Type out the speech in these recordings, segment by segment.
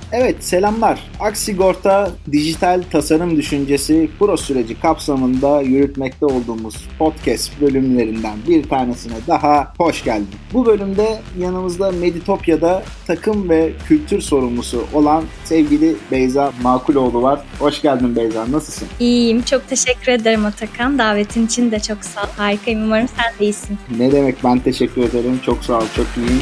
Evet, selamlar. Aksigorta dijital tasarım düşüncesi pro süreci kapsamında yürütmekte olduğumuz podcast bölümlerinden bir tanesine daha hoş geldin. Bu bölümde yanımızda Meditopya'da takım ve kültür sorumlusu olan sevgili Beyza Makuloğlu var. Hoş geldin Beyza, nasılsın? İyiyim, çok teşekkür ederim Atakan. Davetin için de çok sağ ol. Harikayım, umarım sen de iyisin. Ne demek, ben teşekkür ederim. Çok sağ ol, çok iyiyim.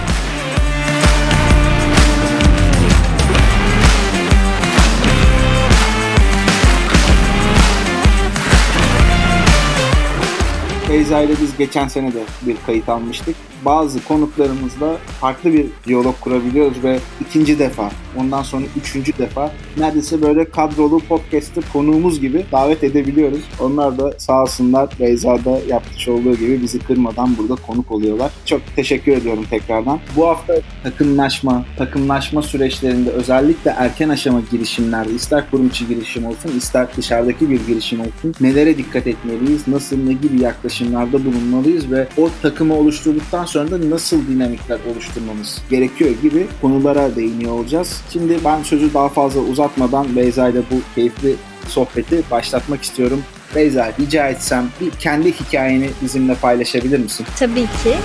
Beyza ile biz geçen sene de bir kayıt almıştık. Bazı konuklarımızla farklı bir diyalog kurabiliyoruz ve ikinci defa, ondan sonra üçüncü defa neredeyse böyle kadrolu podcast'ı konuğumuz gibi davet edebiliyoruz. Onlar da sağ olsunlar, Beyza'da yapmış olduğu gibi bizi kırmadan burada konuk oluyorlar. Çok teşekkür ediyorum tekrardan. Bu hafta takımlaşma süreçlerinde özellikle erken aşama girişimlerde, ister kurum içi girişim olsun, ister dışarıdaki bir girişim olsun, nelere dikkat etmeliyiz, nasıl, ne gibi yaklaşımlarda bulunmalıyız ve o takımı oluşturduktan sonra da nasıl dinamikler oluşturmamız gerekiyor gibi konulara değiniyor olacağız. Şimdi ben sözü daha fazla uzatmadan Beyza ile bu keyifli sohbeti başlatmak istiyorum. Beyza, rica etsem bir kendi hikayeni bizimle paylaşabilir misin? Tabii ki.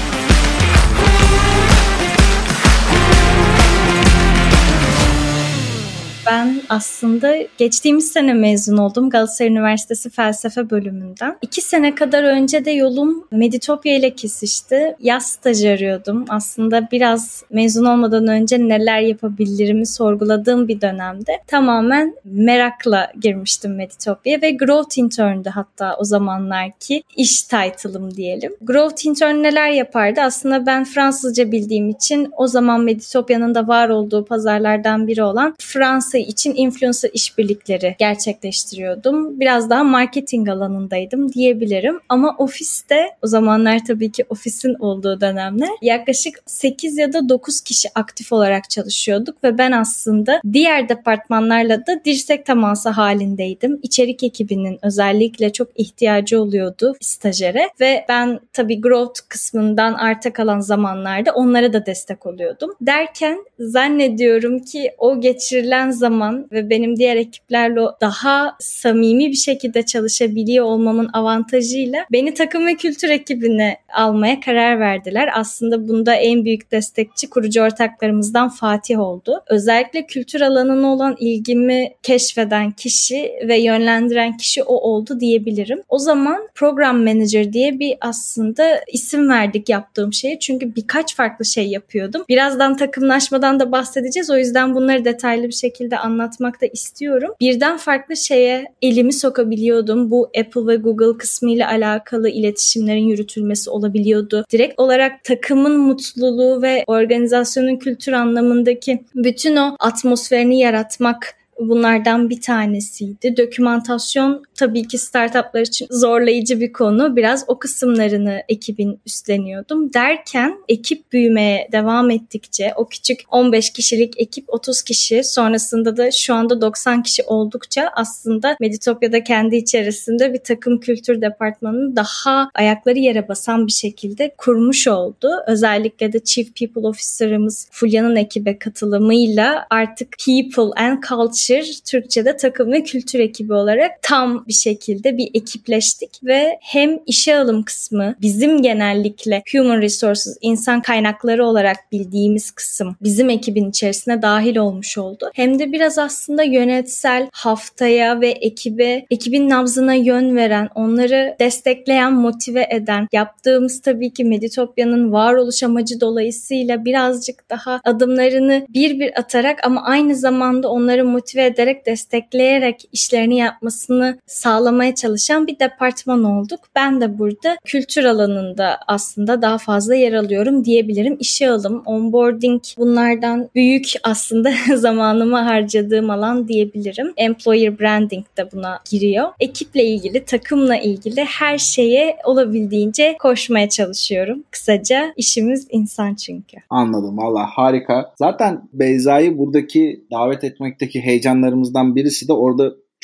Ben aslında geçtiğimiz sene mezun oldum Galatasaray Üniversitesi Felsefe bölümünden. 2 sene kadar önce de yolum Meditopya ile kesişti. Yaz stajı arıyordum. Aslında biraz mezun olmadan önce neler yapabilirimi sorguladığım bir dönemde tamamen merakla girmiştim Meditopya'ya ve Growth Intern'dı hatta o zamanlarki iş title'ım diyelim. Growth Intern neler yapardı? Aslında ben Fransızca bildiğim için o zaman Meditopya'nın da var olduğu pazarlardan biri olan Fransa için influencer işbirlikleri gerçekleştiriyordum. Biraz daha marketing alanındaydım diyebilirim. Ama ofiste, o zamanlar tabii ki ofisin olduğu dönemler, yaklaşık 8 ya da 9 kişi aktif olarak çalışıyorduk ve ben aslında diğer departmanlarla da dirsek teması halindeydim. İçerik ekibinin özellikle çok ihtiyacı oluyordu stajyere ve ben tabii growth kısmından arta kalan zamanlarda onlara da destek oluyordum. Derken zannediyorum ki o geçirilen zaman ve benim diğer ekiplerle daha samimi bir şekilde çalışabiliyor olmamın avantajıyla beni takım ve kültür ekibine almaya karar verdiler. Aslında bunda en büyük destekçi kurucu ortaklarımızdan Fatih oldu. Özellikle kültür alanına olan ilgimi keşfeden kişi ve yönlendiren kişi o oldu diyebilirim. O zaman Program Manager diye bir aslında isim verdik yaptığım şeye. Çünkü birkaç farklı şey yapıyordum. Birazdan takımlaşmadan da bahsedeceğiz. O yüzden bunları detaylı bir şekilde anlatmak da istiyorum. Birden farklı şeye elimi sokabiliyordum. Bu Apple ve Google kısmı ile alakalı iletişimlerin yürütülmesi olabiliyordu. Direkt olarak takımın mutluluğu ve organizasyonun kültür anlamındaki bütün o atmosferini yaratmak bunlardan bir tanesiydi. Dokümantasyon tabii ki startuplar için zorlayıcı bir konu. Biraz o kısımlarını ekibin üstleniyordum. Derken ekip büyümeye devam ettikçe o küçük 15 kişilik ekip 30 kişi, sonrasında da şu anda 90 kişi oldukça aslında Meditopya'da kendi içerisinde bir takım kültür departmanını daha ayakları yere basan bir şekilde kurmuş oldu. Özellikle de Chief People Officer'ımız Fulya'nın ekibe katılımıyla artık People and Culture, Türkçe'de takım ve kültür ekibi olarak tam bir şekilde bir ekipleştik ve hem işe alım kısmı, bizim genellikle Human Resources, insan kaynakları olarak bildiğimiz kısım bizim ekibin içerisine dahil olmuş oldu. Hem de biraz aslında yönetsel, haftaya ve ekibin nabzına yön veren, onları destekleyen, motive eden, yaptığımız tabii ki Meditopya'nın varoluş amacı dolayısıyla birazcık daha adımlarını bir atarak ama aynı zamanda onları motive ederek, destekleyerek işlerini yapmasını sağlamaya çalışan bir departman olduk. Ben de burada kültür alanında aslında daha fazla yer alıyorum diyebilirim. İşe alım, onboarding, bunlardan büyük aslında zamanımı harcadığım alan diyebilirim. Employer branding de buna giriyor. Ekiple ilgili, takımla ilgili her şeye olabildiğince koşmaya çalışıyorum. Kısaca işimiz insan çünkü. Anladım, valla harika. Zaten Beyza'yı buradaki davet etmekteki heyecanlarımızdan birisi de orada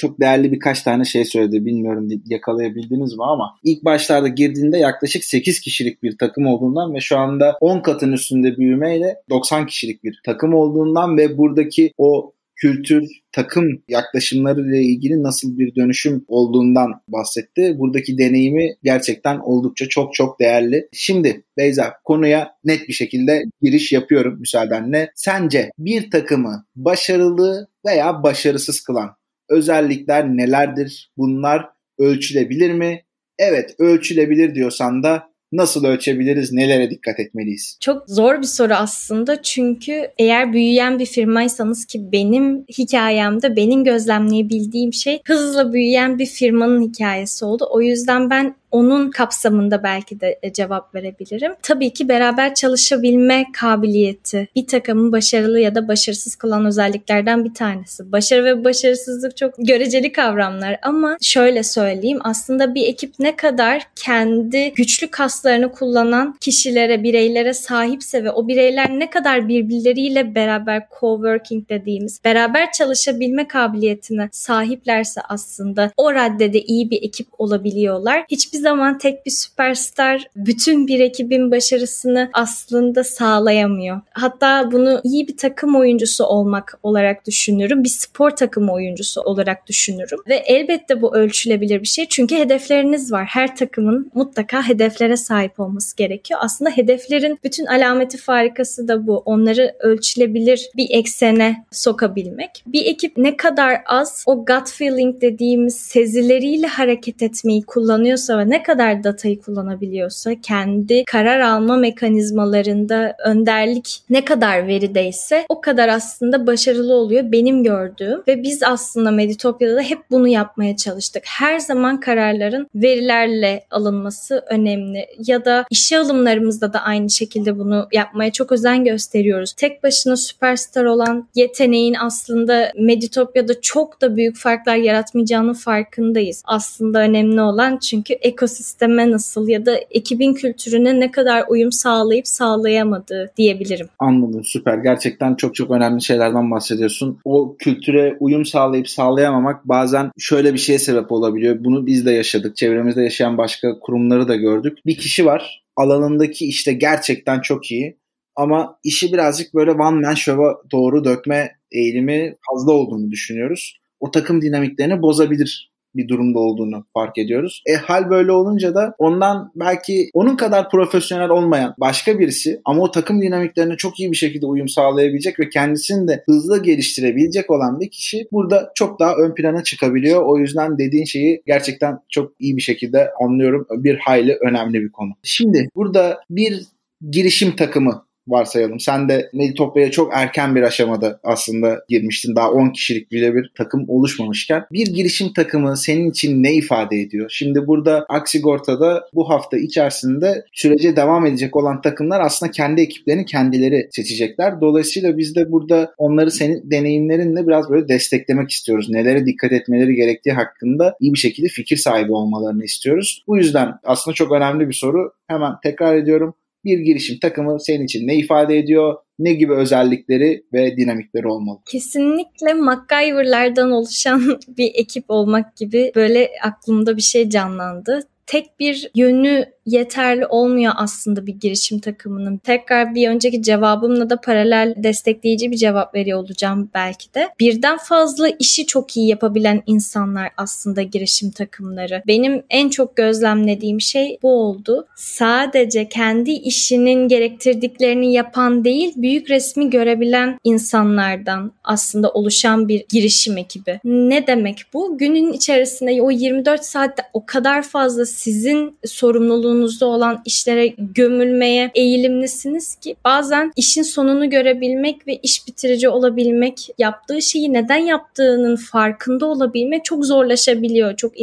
çok değerli birkaç tane şey söyledi. Bilmiyorum yakalayabildiniz mi ama ilk başlarda girdiğinde yaklaşık 8 kişilik bir takım olduğundan ve şu anda 10 katın üstünde büyümeyle 90 kişilik bir takım olduğundan ve buradaki o kültür, takım yaklaşımlarıyla ilgili nasıl bir dönüşüm olduğundan bahsetti. Buradaki deneyimi gerçekten oldukça çok çok değerli. Şimdi Beyza, konuya net bir şekilde giriş yapıyorum müsaadenle. Sence bir takımı başarılı veya başarısız kılan özellikler nelerdir? Bunlar ölçülebilir mi? Evet, ölçülebilir diyorsan da nasıl ölçebiliriz? Nelere dikkat etmeliyiz? Çok zor bir soru aslında, çünkü eğer büyüyen bir firmaysanız, ki benim hikayemde benim gözlemleyebildiğim şey hızla büyüyen bir firmanın hikayesi oldu. O yüzden ben onun kapsamında belki de cevap verebilirim. Tabii ki beraber çalışabilme kabiliyeti bir takımın başarılı ya da başarısız kılan özelliklerden bir tanesi. Başarı ve başarısızlık çok göreceli kavramlar ama şöyle söyleyeyim, aslında bir ekip ne kadar kendi güçlü kaslarını kullanan kişilere, bireylere sahipse ve o bireyler ne kadar birbirleriyle beraber coworking dediğimiz beraber çalışabilme kabiliyetine sahiplerse aslında o raddede iyi bir ekip olabiliyorlar. Hiçbir zaman tek bir süperstar bütün bir ekibin başarısını aslında sağlayamıyor. Hatta bunu iyi bir takım oyuncusu olmak olarak düşünürüm. Bir spor takımı oyuncusu olarak düşünürüm. Ve elbette bu ölçülebilir bir şey. Çünkü hedefleriniz var. Her takımın mutlaka hedeflere sahip olması gerekiyor. Aslında hedeflerin bütün alameti farikası da bu. Onları ölçülebilir bir eksene sokabilmek. Bir ekip ne kadar az o gut feeling dediğimiz sezileriyle hareket etmeyi kullanıyorsa ve ne kadar datayı kullanabiliyorsa, kendi karar alma mekanizmalarında önderlik ne kadar verideyse o kadar aslında başarılı oluyor benim gördüğüm. Ve biz aslında Meditopya'da da hep bunu yapmaya çalıştık. Her zaman kararların verilerle alınması önemli. Ya da işe alımlarımızda da aynı şekilde bunu yapmaya çok özen gösteriyoruz. Tek başına süperstar olan yeteneğin aslında Meditopya'da çok da büyük farklar yaratmayacağının farkındayız. Aslında önemli olan çünkü ekosisteme nasıl ya da ekibin kültürüne ne kadar uyum sağlayıp sağlayamadığı diyebilirim. Anladım, süper. Gerçekten çok çok önemli şeylerden bahsediyorsun. O kültüre uyum sağlayıp sağlayamamak bazen şöyle bir şeye sebep olabiliyor. Bunu biz de yaşadık. Çevremizde yaşayan başka kurumları da gördük. Bir kişi var. Alanındaki işte gerçekten çok iyi. Ama işi birazcık böyle one man show'a doğru dökme eğilimi fazla olduğunu düşünüyoruz. O takım dinamiklerini bozabilir bir durumda olduğunu fark ediyoruz. Hal böyle olunca da ondan belki onun kadar profesyonel olmayan başka birisi ama o takım dinamiklerine çok iyi bir şekilde uyum sağlayabilecek ve kendisini de hızlı geliştirebilecek olan bir kişi burada çok daha ön plana çıkabiliyor. O yüzden dediğin şeyi gerçekten çok iyi bir şekilde anlıyorum. Bir hayli önemli bir konu. Şimdi burada bir girişim takımı varsayalım. Sen de Meditopya'ya çok erken bir aşamada aslında girmiştin. Daha 10 kişilik bile bir takım oluşmamışken. Bir girişim takımı senin için ne ifade ediyor? Şimdi burada Aksigorta'da bu hafta içerisinde sürece devam edecek olan takımlar aslında kendi ekiplerini kendileri seçecekler. Dolayısıyla biz de burada onları senin deneyimlerinle biraz böyle desteklemek istiyoruz. Nelere dikkat etmeleri gerektiği hakkında iyi bir şekilde fikir sahibi olmalarını istiyoruz. Bu yüzden aslında çok önemli bir soru. Hemen tekrar ediyorum. Bir girişim takımı senin için ne ifade ediyor? Ne gibi özellikleri ve dinamikleri olmalı? Kesinlikle MacGyver'lardan oluşan bir ekip olmak gibi böyle aklımda bir şey canlandı. Tek bir yönü yeterli olmuyor aslında bir girişim takımının. Tekrar bir önceki cevabımla da paralel destekleyici bir cevap veriyor olacağım belki de. Birden fazla işi çok iyi yapabilen insanlar aslında girişim takımları. Benim en çok gözlemlediğim şey bu oldu. Sadece kendi işinin gerektirdiklerini yapan değil, büyük resmi görebilen insanlardan aslında oluşan bir girişim ekibi. Ne demek bu? Günün içerisinde o 24 saatte o kadar fazla sizin sorumluluğunuzda olan işlere gömülmeye eğilimlisiniz ki bazen işin sonunu görebilmek ve iş bitirici olabilmek, yaptığı şeyi neden yaptığının farkında olabilmek çok zorlaşabiliyor. Çok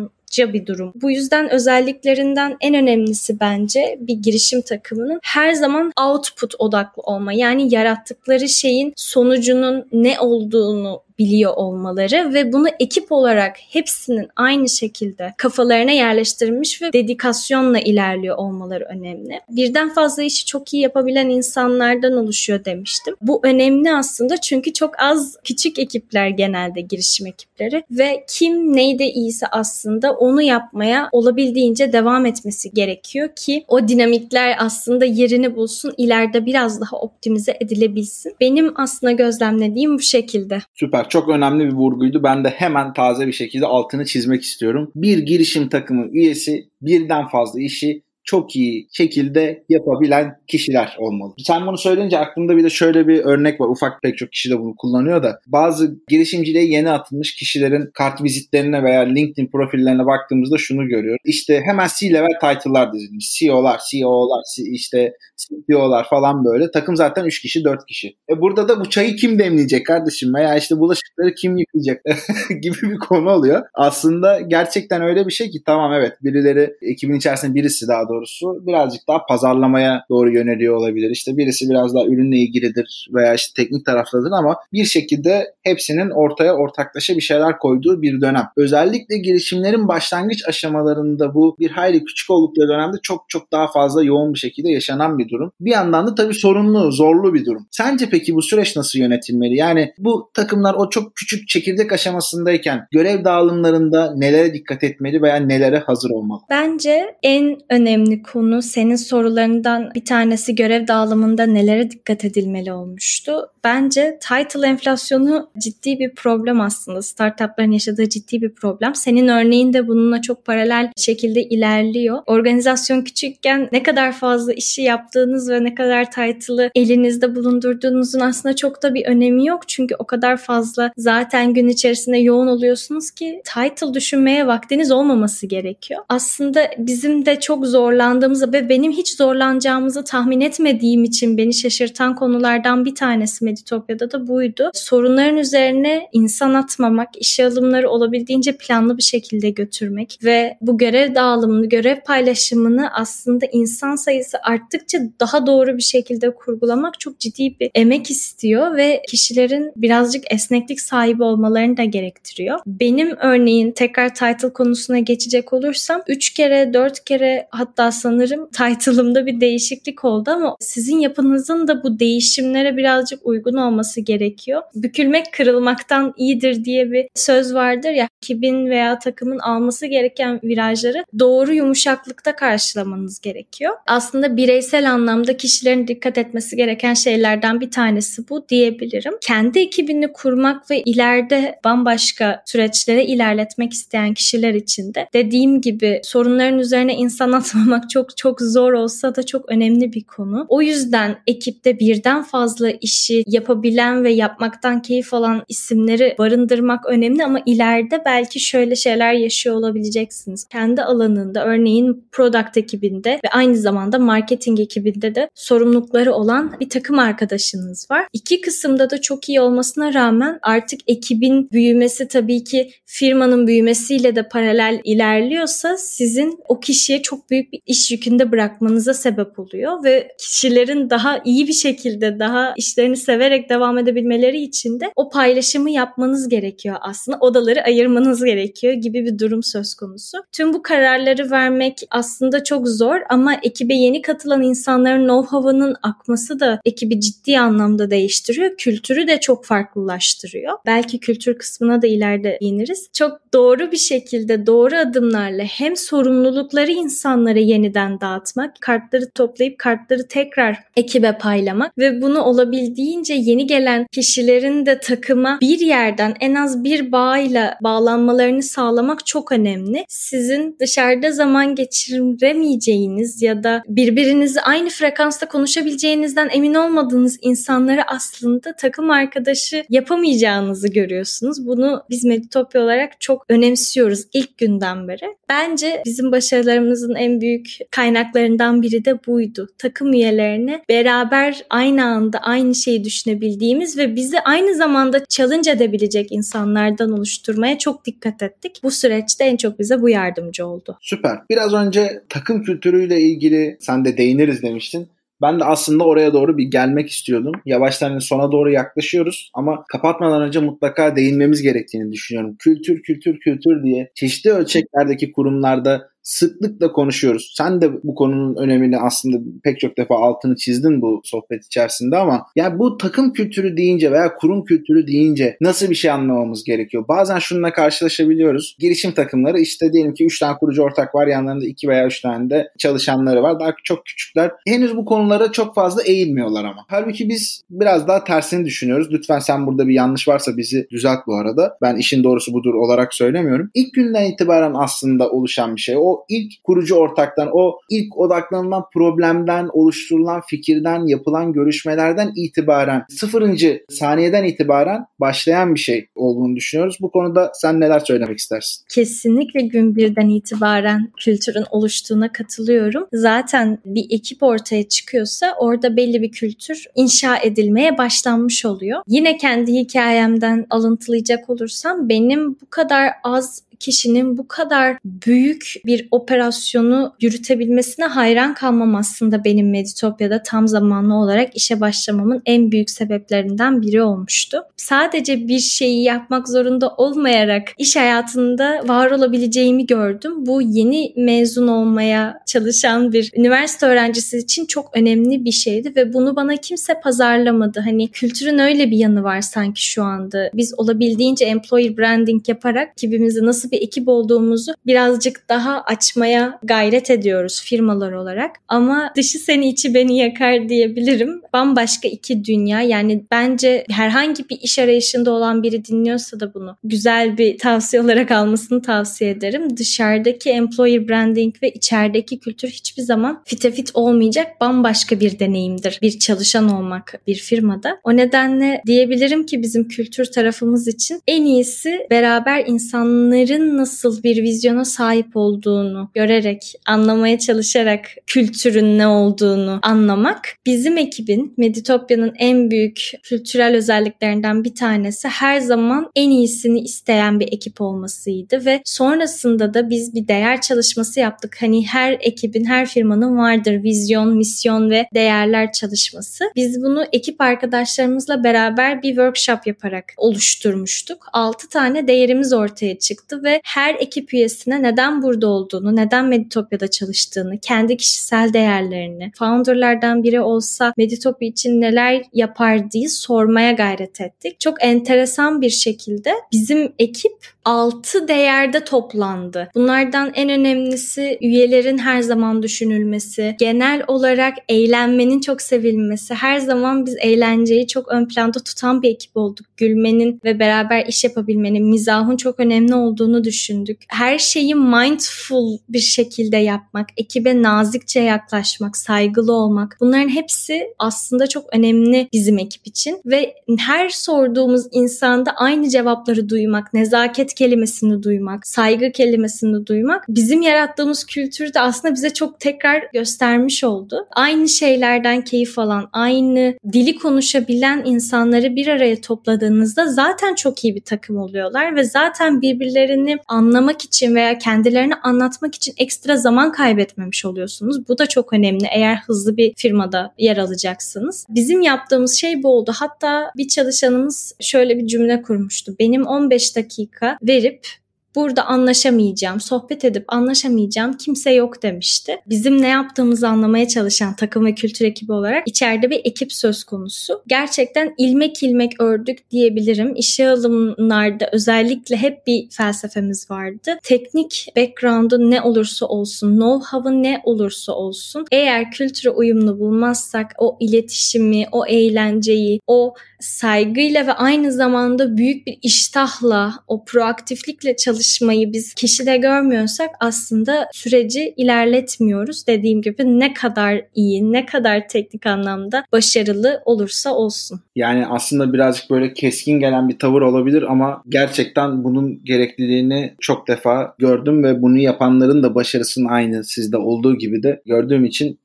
bir durum. Bu yüzden özelliklerinden en önemlisi bence bir girişim takımının her zaman output odaklı olma. Yani yarattıkları şeyin sonucunun ne olduğunu biliyor olmaları ve bunu ekip olarak hepsinin aynı şekilde kafalarına yerleştirilmiş ve dedikasyonla ilerliyor olmaları önemli. Birden fazla işi çok iyi yapabilen insanlardan oluşuyor demiştim. Bu önemli aslında çünkü çok az küçük ekipler genelde girişim ekipleri ve kim neyde iyiyse aslında onu yapmaya olabildiğince devam etmesi gerekiyor ki o dinamikler aslında yerini bulsun, ileride biraz daha optimize edilebilsin. Benim aslında gözlemlediğim bu şekilde. Süper. Çok önemli bir vurguydu. Ben de hemen taze bir şekilde altını çizmek istiyorum. Bir girişim takımı üyesi birden fazla işi çok iyi şekilde yapabilen kişiler olmalı. Sen bunu söyleyince aklımda bir de şöyle bir örnek var. Pek çok kişi de bunu kullanıyor da. Bazı girişimciliğe yeni atılmış kişilerin kartvizitlerine veya LinkedIn profillerine baktığımızda şunu görüyoruz. İşte hemen C-level title'lar dizilmiş. CEO'lar, COO'lar, işte CTO'lar falan böyle. Takım zaten 3 kişi, 4 kişi. Burada da bu çayı kim demleyecek kardeşim veya işte bulaşıkları kim yıkayacak gibi bir konu oluyor. Aslında gerçekten öyle bir şey ki tamam evet birileri ekibin içerisinde birisi daha doğrusu birazcık daha pazarlamaya doğru yöneliyor olabilir. İşte birisi biraz daha ürünle ilgilidir veya işte teknik taraftadır ama bir şekilde hepsinin ortaya ortaklaşa bir şeyler koyduğu bir dönem. Özellikle girişimlerin başlangıç aşamalarında bu bir hayli küçük oldukları dönemde çok çok daha fazla yoğun bir şekilde yaşanan bir durum. Bir yandan da tabii sorunlu, zorlu bir durum. Sence peki bu süreç nasıl yönetilmeli? Yani bu takımlar o çok küçük çekirdek aşamasındayken görev dağılımlarında nelere dikkat etmeli veya nelere hazır olmalı? Bence en önemli konu senin sorularından bir tanesi görev dağılımında nelere dikkat edilmeli olmuştu. Bence title enflasyonu ciddi bir problem aslında. Startupların yaşadığı ciddi bir problem. Senin örneğin de bununla çok paralel şekilde ilerliyor. Organizasyon küçükken ne kadar fazla işi yaptığınız ve ne kadar title'ı elinizde bulundurduğunuzun aslında çok da bir önemi yok. Çünkü o kadar fazla zaten gün içerisinde yoğun oluyorsunuz ki title düşünmeye vaktiniz olmaması gerekiyor. Aslında bizim de çok zorlandığımız ve benim hiç zorlanacağımızı tahmin etmediğim için beni şaşırtan konulardan bir tanesi Meditopya'da da buydu. Sorunların üzerine insan atmamak, işe alımları olabildiğince planlı bir şekilde götürmek ve bu görev dağılımını, görev paylaşımını aslında insan sayısı arttıkça daha doğru bir şekilde kurgulamak çok ciddi bir emek istiyor ve kişilerin birazcık esneklik sahibi olmalarını da gerektiriyor. Benim örneğin tekrar title konusuna geçecek olursam 3 kere 4 kere hatta sanırım title'ımda bir değişiklik oldu ama sizin yapınızın da bu değişimlere birazcık uygun olması gerekiyor. Bükülmek kırılmaktan iyidir diye bir söz vardır ya, ekibin veya takımın alması gereken virajları doğru yumuşaklıkta karşılamanız gerekiyor. Aslında bireysel anlamda kişilerin dikkat etmesi gereken şeylerden bir tanesi bu diyebilirim. Kendi ekibini kurmak ve ileride bambaşka süreçlere ilerletmek isteyen kişiler için de dediğim gibi sorunların üzerine insan atmamak çok çok zor olsa da çok önemli bir konu. O yüzden ekipte birden fazla işi yapabilen ve yapmaktan keyif alan isimleri barındırmak önemli ama ileride belki şöyle şeyler yaşıyor olabileceksiniz. Kendi alanında örneğin product ekibinde ve aynı zamanda marketing ekibinde de sorumlulukları olan bir takım arkadaşınız var. İki kısımda da çok iyi olmasına rağmen artık ekibin büyümesi tabii ki firmanın büyümesiyle de paralel ilerliyorsa sizin o kişiye çok büyük bir iş yükünde bırakmanıza sebep oluyor ve kişilerin daha iyi bir şekilde daha işlerini severek devam edebilmeleri için de o paylaşımı yapmanız gerekiyor aslında. Odaları ayırmanız gerekiyor gibi bir durum söz konusu. Tüm bu kararları vermek aslında çok zor ama ekibe yeni katılan insanların know-how'ının akması da ekibi ciddi anlamda değiştiriyor. Kültürü de çok farklılaştırıyor. Belki kültür kısmına da ileride iniriz. Çok doğru bir şekilde doğru adımlarla hem sorumlulukları insanlara yeniden dağıtmak, kartları toplayıp kartları tekrar ekibe paylamak ve bunu olabildiğince yeni gelen kişilerin de takıma bir yerden en az bir bağıyla bağlanmalarını sağlamak çok önemli. Sizin dışarıda zaman geçiremeyeceğiniz ya da birbirinizi aynı frekansta konuşabileceğinizden emin olmadığınız insanları aslında takım arkadaşı yapamayacağınızı görüyorsunuz. Bunu biz Meditopya olarak çok önemsiyoruz ilk günden beri. Bence bizim başarılarımızın en büyük kaynaklarından biri de buydu. Takım üyelerini beraber aynı anda aynı şeyi düşünebildiğimiz ve bizi aynı zamanda challenge edebilecek insanlardan oluşturmaya çok dikkat ettik. Bu süreçte en çok bize bu yardımcı oldu. Süper. Biraz önce takım kültürüyle ilgili sen de değiniriz demiştin. Ben de aslında oraya doğru bir gelmek istiyordum. Yavaştan sona doğru yaklaşıyoruz ama kapatmadan önce mutlaka değinmemiz gerektiğini düşünüyorum. Kültür diye çeşitli ölçeklerdeki kurumlarda sıklıkla konuşuyoruz. Sen de bu konunun önemini aslında pek çok defa altını çizdin bu sohbet içerisinde ama yani bu takım kültürü deyince veya kurum kültürü deyince nasıl bir şey anlamamız gerekiyor? Bazen şununla karşılaşabiliyoruz. Girişim takımları işte diyelim ki 3 tane kurucu ortak var. Yanlarında 2 veya 3 tane de çalışanları var. Daha çok küçükler. Henüz bu konulara çok fazla eğilmiyorlar ama. Halbuki biz biraz daha tersini düşünüyoruz. Lütfen sen burada bir yanlış varsa bizi düzelt bu arada. Ben işin doğrusu budur olarak söylemiyorum. İlk günden itibaren aslında oluşan bir şey. O ilk kurucu ortaktan, o ilk odaklanılan problemden, oluşturulan fikirden, yapılan görüşmelerden itibaren 0. saniyeden itibaren başlayan bir şey olduğunu düşünüyoruz. Bu konuda sen neler söylemek istersin? Kesinlikle gün birden itibaren kültürün oluştuğuna katılıyorum. Zaten bir ekip ortaya çıkıyorsa orada belli bir kültür inşa edilmeye başlanmış oluyor. Yine kendi hikayemden alıntılayacak olursam benim bu kadar az kişinin bu kadar büyük bir operasyonu yürütebilmesine hayran kalmam aslında benim Meditopya'da tam zamanlı olarak işe başlamamın en büyük sebeplerinden biri olmuştu. Sadece bir şeyi yapmak zorunda olmayarak iş hayatında var olabileceğimi gördüm. Bu yeni mezun olmaya çalışan bir üniversite öğrencisi için çok önemli bir şeydi ve bunu bana kimse pazarlamadı. Hani kültürün öyle bir yanı var sanki şu anda. Biz olabildiğince employer branding yaparak ekibimizi nasıl bir ekip olduğumuzu birazcık daha açmaya gayret ediyoruz firmalar olarak. Ama dışı seni içi beni yakar diyebilirim. Bambaşka iki dünya. Yani bence herhangi bir iş arayışında olan biri dinliyorsa da bunu güzel bir tavsiye olarak almasını tavsiye ederim. Dışarıdaki employer branding ve içerideki kültür hiçbir zaman fite fit olmayacak bambaşka bir deneyimdir. Bir çalışan olmak bir firmada. O nedenle diyebilirim ki bizim kültür tarafımız için en iyisi beraber insanların nasıl bir vizyona sahip olduğunu görerek, anlamaya çalışarak kültürün ne olduğunu anlamak. Bizim ekibin, Meditopya'nın en büyük kültürel özelliklerinden bir tanesi her zaman en iyisini isteyen bir ekip olmasıydı ve sonrasında da biz bir değer çalışması yaptık. Hani her ekibin, her firmanın vardır vizyon, misyon ve değerler çalışması. Biz bunu ekip arkadaşlarımızla beraber bir workshop yaparak oluşturmuştuk. 6 tane değerimiz ortaya çıktı ve her ekip üyesine neden burada olduğunu, neden Meditopya'da çalıştığını, kendi kişisel değerlerini, founderlardan biri olsa Meditopya için neler yapar diye sormaya gayret ettik. Çok enteresan bir şekilde bizim ekip 6 değerde toplandı. Bunlardan en önemlisi üyelerin her zaman düşünülmesi, genel olarak eğlenmenin çok sevilmesi. Her zaman biz eğlenceyi çok ön planda tutan bir ekip olduk. Gülmenin ve beraber iş yapabilmenin, mizahın çok önemli olduğunu düşündük. Her şeyi mindful bir şekilde yapmak, ekibe nazikçe yaklaşmak, saygılı olmak. Bunların hepsi aslında çok önemli bizim ekip için ve her sorduğumuz insanda aynı cevapları duymak, nezaket kelimesini duymak, saygı kelimesini duymak bizim yarattığımız kültürde aslında bize çok tekrar göstermiş oldu. Aynı şeylerden keyif alan, aynı dili konuşabilen insanları bir araya topladığınızda zaten çok iyi bir takım oluyorlar ve zaten birbirlerini anlamak için veya kendilerini anlatmak için ekstra zaman kaybetmemiş oluyorsunuz. Bu da çok önemli eğer hızlı bir firmada yer alacaksınız. Bizim yaptığımız şey bu oldu. Hatta bir çalışanımız şöyle bir cümle kurmuştu. Benim 15 dakika verip burada anlaşamayacağım, sohbet edip anlaşamayacağım kimse yok demişti. Bizim ne yaptığımızı anlamaya çalışan takım ve kültür ekibi olarak içeride bir ekip söz konusu. Gerçekten ilmek ilmek ördük diyebilirim. İşe alımlarda özellikle hep bir felsefemiz vardı. Teknik background'u ne olursa olsun, know-how'ı ne olursa olsun, eğer kültüre uyumlu bulmazsak o iletişimi, o eğlenceyi, o saygıyla ve aynı zamanda büyük bir iştahla, o proaktiflikle çalışmayı biz kişide görmüyorsak aslında süreci ilerletmiyoruz. Dediğim gibi ne kadar iyi, ne kadar teknik anlamda başarılı olursa olsun. Yani aslında birazcık böyle keskin gelen bir tavır olabilir ama gerçekten bunun gerekliliğini çok defa gördüm ve bunu yapanların da başarısının aynı sizde olduğu gibi de gördüğüm için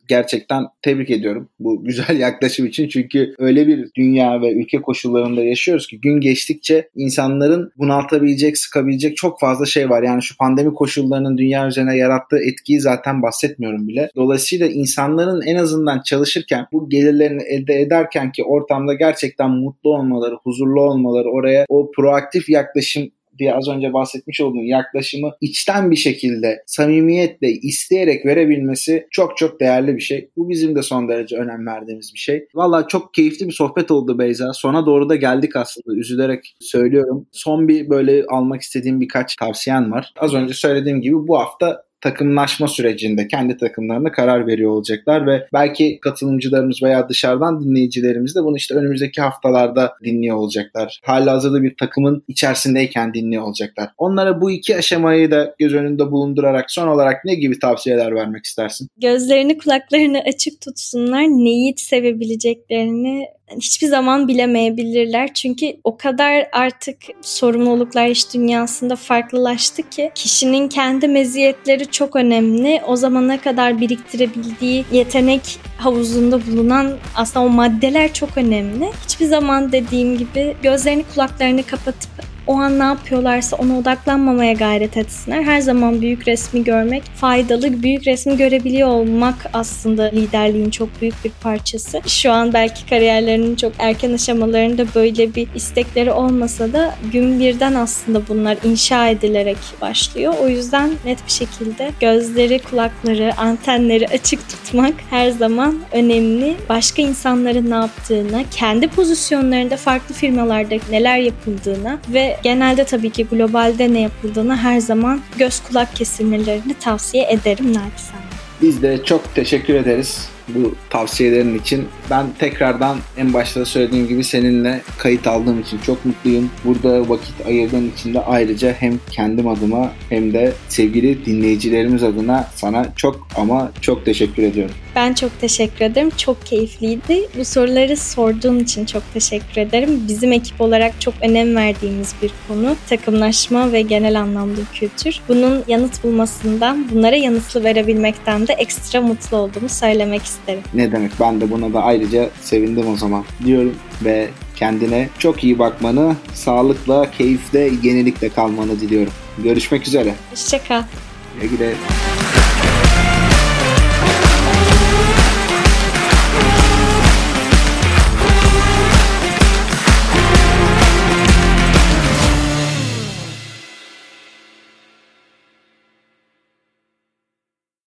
gerçekten tebrik ediyorum bu güzel yaklaşım için. Çünkü öyle bir dünya ve ülke koşullarında yaşıyoruz ki gün geçtikçe insanların bunaltabilecek, sıkabilecek çok fazla şey var. Yani şu pandemi koşullarının dünya üzerine yarattığı etkiyi zaten bahsetmiyorum bile. Dolayısıyla insanların en azından çalışırken, bu gelirlerini elde ederken ki ortamda gerçekten mutlu olmaları, huzurlu olmaları, oraya o proaktif yaklaşım diye az önce bahsetmiş olduğum yaklaşımı içten bir şekilde, samimiyetle, isteyerek verebilmesi çok çok değerli bir şey. Bu bizim de son derece önem verdiğimiz bir şey. Vallahi çok keyifli bir sohbet oldu Beyza. Sona doğru da geldik aslında. Üzülerek söylüyorum. Son bir böyle almak istediğim birkaç tavsiyen var. Az önce söylediğim gibi bu hafta takımlaşma sürecinde kendi takımlarına karar veriyor olacaklar ve belki katılımcılarımız veya dışarıdan dinleyicilerimiz de bunu işte önümüzdeki haftalarda dinliyor olacaklar. Halihazırda bir takımın içerisindeyken dinliyor olacaklar. Onlara bu iki aşamayı da göz önünde bulundurarak son olarak ne gibi tavsiyeler vermek istersin? Gözlerini, kulaklarını açık tutsunlar. Neyi sevebileceklerini hiçbir zaman bilemeyebilirler. Çünkü o kadar artık sorumluluklar iş dünyasında farklılaştı ki kişinin kendi meziyetleri çok önemli. O zamana kadar biriktirebildiği yetenek havuzunda bulunan aslında o maddeler çok önemli. Hiçbir zaman dediğim gibi gözlerini, kulaklarını kapatıp o an ne yapıyorlarsa ona odaklanmamaya gayret etsinler. Her zaman büyük resmi görmek faydalı. Büyük resmi görebiliyor olmak aslında liderliğin çok büyük bir parçası. Şu an belki kariyerlerinin çok erken aşamalarında böyle bir istekleri olmasa da gün birden aslında bunlar inşa edilerek başlıyor. O yüzden net bir şekilde gözleri, kulakları, antenleri açık tutmak her zaman önemli. Başka insanların ne yaptığına, kendi pozisyonlarında farklı firmalarda neler yapıldığına ve genelde tabii ki globalde ne yapıldığını her zaman göz kulak kesilmelerini tavsiye ederim naçizane. Biz de çok teşekkür ederiz bu tavsiyelerin için. Ben tekrardan en başta da söylediğim gibi seninle kayıt aldığım için çok mutluyum. Burada vakit ayırdığın için de ayrıca hem kendim adıma hem de sevgili dinleyicilerimiz adına sana çok ama çok teşekkür ediyorum. Ben çok teşekkür ederim. Çok keyifliydi. Bu soruları sorduğun için çok teşekkür ederim. Bizim ekip olarak çok önem verdiğimiz bir konu. Takımlaşma ve genel anlamda kültür. Bunun yanıt bulmasından, bunlara yanıtlı verebilmekten de ekstra mutlu olduğumu söylemek isterim. Ne demek? Ben de buna da ayrıca sevindim o zaman diyorum ve kendine çok iyi bakmanı, sağlıkla, keyifle, yenilikle kalmanı diliyorum. Görüşmek üzere. Hoşça kal. Güle güle.